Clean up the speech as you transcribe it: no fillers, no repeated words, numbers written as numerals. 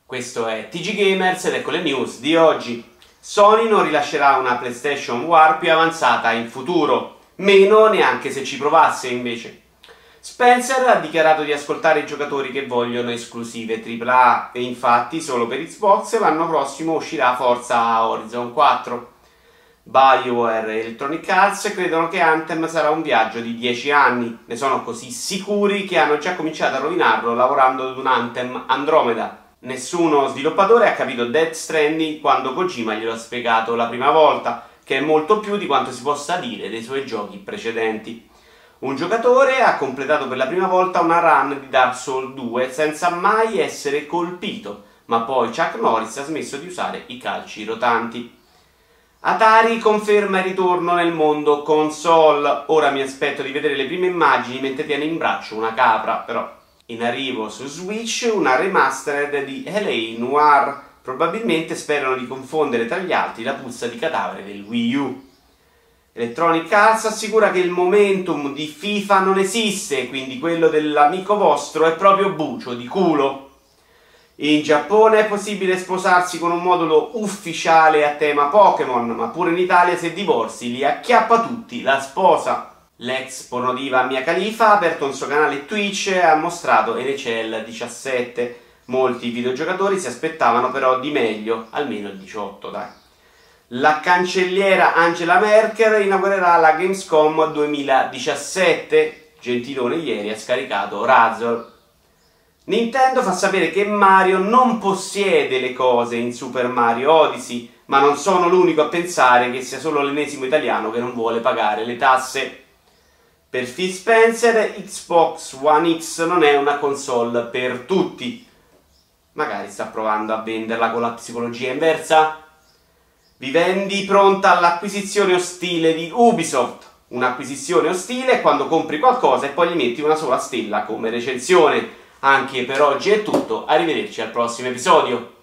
Questo è TG Gamers ed ecco le news di oggi. Sony non rilascerà una PlayStation VR più avanzata in futuro, meno neanche se ci provasse invece. Spencer ha dichiarato di ascoltare i giocatori che vogliono esclusive AAA e infatti solo per Xbox l'anno prossimo uscirà Forza Horizon 4. BioWare e Electronic Arts credono che Anthem sarà un viaggio di 10 anni, ne sono così sicuri che hanno già cominciato a rovinarlo lavorando ad un Anthem Andromeda. Nessuno sviluppatore ha capito Death Stranding quando Kojima glielo ha spiegato la prima volta, che è molto più di quanto si possa dire dei suoi giochi precedenti. Un giocatore ha completato per la prima volta una run di Dark Souls 2 senza mai essere colpito, ma poi Chuck Norris ha smesso di usare i calci rotanti. Atari conferma il ritorno nel mondo console. Ora mi aspetto di vedere le prime immagini mentre tiene in braccio una capra, però. In arrivo su Switch una remastered di L.A. Noire. Probabilmente sperano di confondere tra gli altri la puzza di cadavere del Wii U. Electronic Arts assicura che il momentum di FIFA non esiste, quindi quello dell'amico vostro è proprio bucio di culo. In Giappone è possibile sposarsi con un modulo ufficiale a tema Pokémon, ma pure in Italia se divorzi li acchiappa tutti la sposa. L'ex pornodiva Mia Khalifa ha aperto un suo canale Twitch e ha mostrato NHL 17. Molti videogiocatori si aspettavano però di meglio, almeno il 18, dai. La cancelliera Angela Merkel inaugurerà la Gamescom 2017. Gentilone ieri ha scaricato Razzle. Nintendo fa sapere che Mario non possiede le cose in Super Mario Odyssey, ma non sono l'unico a pensare che sia solo l'ennesimo italiano che non vuole pagare le tasse. Per Phil Spencer, Xbox One X non è una console per tutti. Magari sta provando a venderla con la psicologia inversa? Vivendi pronta all'acquisizione ostile di Ubisoft. Un'acquisizione ostile è quando compri qualcosa e poi gli metti una sola stella come recensione. Anche per oggi è tutto, arrivederci al prossimo episodio.